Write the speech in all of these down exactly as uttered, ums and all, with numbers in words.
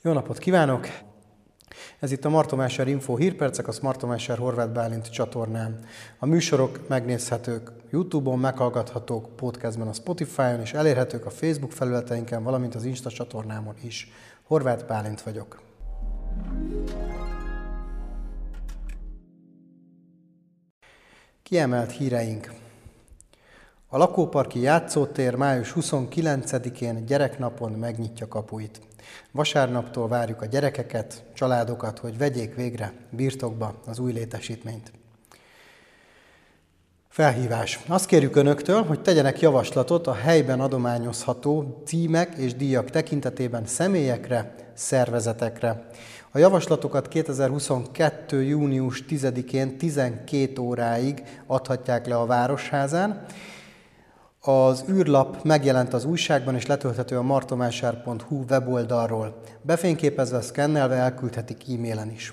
Jó napot kívánok! Ez itt a Martonvásár Info hírpercek, a Martonvásár Horváth Bálint csatornán. A műsorok megnézhetők YouTube-on, meghallgathatók podcastben a Spotify-on, és elérhetők a Facebook felületeinken, valamint az Insta csatornámon is. Horváth Bálint vagyok. Kiemelt híreink. A lakóparki játszótér május huszonkilencedikén gyereknapon megnyitja kapuit. Vasárnaptól várjuk a gyerekeket, családokat, hogy vegyék végre birtokba az új létesítményt. Felhívás. Azt kérjük Önöktől, hogy tegyenek javaslatot a helyben adományozható címek és díjak tekintetében személyekre, szervezetekre. A javaslatokat kétezer-huszonkettő. június tizedikén tizenkét óráig adhatják le a Városházán. Az űrlap megjelent az újságban, és letölthető a martonvásár pont hu weboldalról. Befényképezve, szkennelve elküldhetik e-mailen is.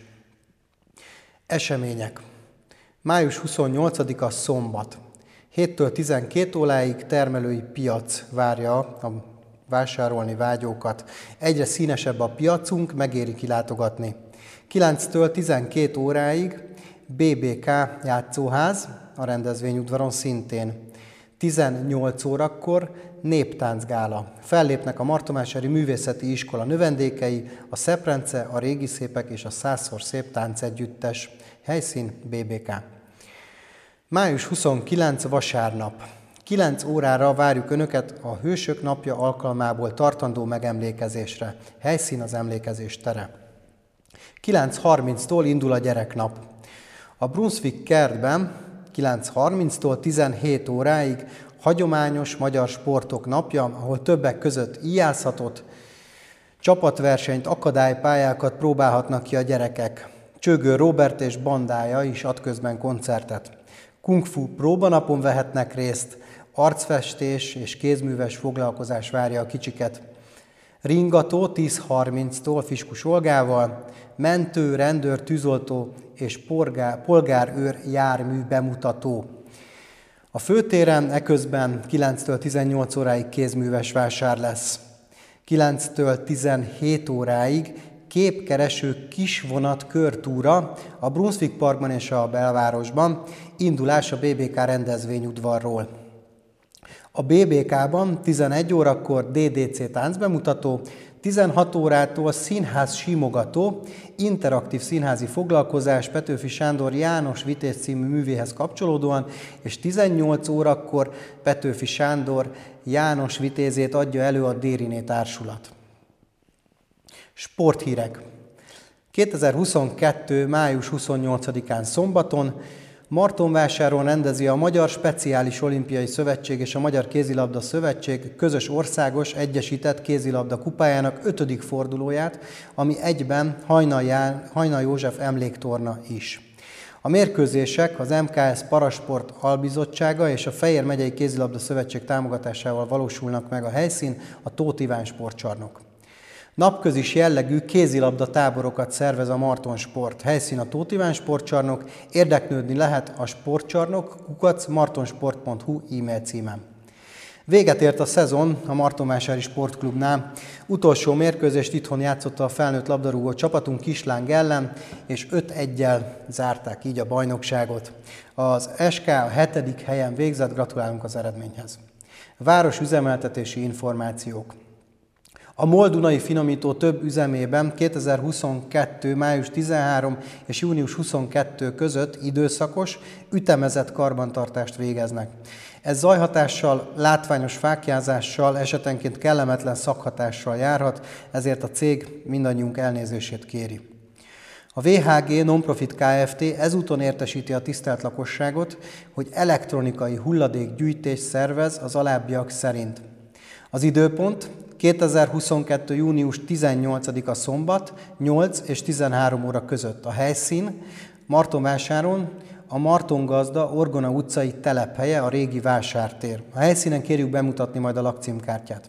Események. május huszonnyolcadika szombat. héttől tizenkét óráig termelői piac várja a vásárolni vágyókat. Egyre színesebb a piacunk, megéri kilátogatni. kilenctől tizenkét óráig bé bé ká játszóház, a rendezvényudvaron szintén. tizennyolc órakor néptáncgála. Fellépnek a Martonvásári Művészeti Iskola növendékei, a Szeprence, a Régi Szépek és a Százszor Szép táncegyüttes. Helyszín bé bé ká. május huszonkilencedike vasárnap. kilenc órára várjuk Önöket a Hősök Napja alkalmából tartandó megemlékezésre. Helyszín az emlékezés tere. kilenc harminctól indul a gyereknap. A Brunswick kertben kilenc harminctól tizenhét óráig hagyományos magyar sportok napja, ahol többek között íjászhatot, csapatversenyt, akadálypályákat próbálhatnak ki a gyerekek. Csögő Róbert és bandája is ad közben koncertet. Kung Fu próbanapon vehetnek részt, arcfestés és kézműves foglalkozás várja a kicsiket. Ringató tíz harminctól Fiskus Olgával, mentő, rendőr, tűzoltó és polgár, polgárőr jármű bemutató. A főtéren eközben kilenctől tizennyolc óráig kézműves vásár lesz. kilenctől tizenhét óráig képkereső kisvonat körtúra a Brunswick Parkban és a belvárosban, indulás a bé bé ká rendezvényudvarról. A bé bé ká-ban tizenegy órakor dé dé cé táncbemutató, tizenhat órától színház simogató, interaktív színházi foglalkozás Petőfi Sándor János Vitéz című művéhez kapcsolódóan, és tizennyolc órakor Petőfi Sándor János Vitézét adja elő a Dériné Társulat. Sporthírek. kétezer-huszonkettő. május huszonnyolcadikán szombaton Martonvásáron rendezi a Magyar Speciális Olimpiai Szövetség és a Magyar Kézilabda Szövetség közös országos egyesített kézilabda kupájának ötödik fordulóját, ami egyben Hajnal József emléktorna is. A mérkőzések az em ká es Parasport Albizottsága és a Fejér megyei Kézilabda Szövetség támogatásával valósulnak meg. A helyszín a Tóth Iván sportcsarnok. Napközis jellegű kézilabda táborokat szervez a Marton Sport. Helyszín a Tóth Iván sportcsarnok, érdeklődni lehet a sportcsarnok kukac martonsport pont hu e-mail címen. Véget ért a szezon a Martonvásári Sportklubnál. Utolsó mérkőzést itthon játszotta a felnőtt labdarúgó csapatunk Kisláng ellen, és öt eggyel zárták így a bajnokságot. Az es ká a hetedik helyen végzett, gratulálunk az eredményhez. Városüzemeltetési információk. A MOL Dunai Finomító több üzemében kétezer-huszonkettő. május tizenharmadika és június huszonkettő között időszakos, ütemezett karbantartást végeznek. Ez zajhatással, látványos fáklyázással, esetenként kellemetlen szaghatással járhat, ezért a cég mindannyiunk elnézését kéri. A vé há gé Nonprofit Kft. Ezúton értesíti a tisztelt lakosságot, hogy elektronikai hulladékgyűjtés szervez az alábbiak szerint. Az időpont kétezer-huszonkettő. június tizennyolcadika szombat, nyolc és tizenhárom óra között. A helyszín Martonvásáron a Martongazda Orgona utcai telephelye, a régi vásártér. A helyszínen kérjük bemutatni majd a lakcímkártyát.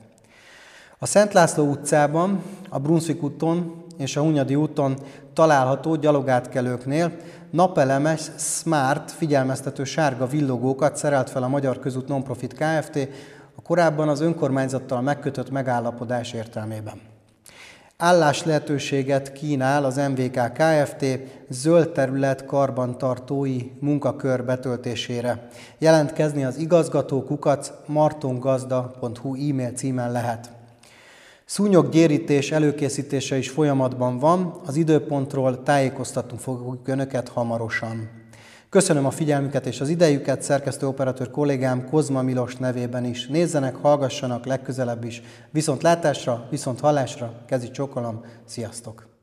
A Szent László utcában, a Brunswick úton és a Hunyadi úton található gyalogátkelőknél napelemes Smart figyelmeztető sárga villogókat szerelt fel a Magyar Közút Nonprofit Kft. A korábban az önkormányzattal megkötött megállapodás értelmében. Állás lehetőséget kínál az em vé ká Kft. Zöld terület karbantartói munkakör betöltésére. Jelentkezni az igazgató kukac martongazda pont hu e-mail címen lehet. Szúnyoggyérítés előkészítése is folyamatban van, az időpontról tájékoztatni fogjuk Önöket hamarosan. Köszönöm a figyelmüket és az idejüket, szerkesztő operatőr kollégám Kozma Milos nevében is. Nézzenek, hallgassanak legközelebb is. Viszont látásra, viszont hallásra, kezi csókolom, sziasztok!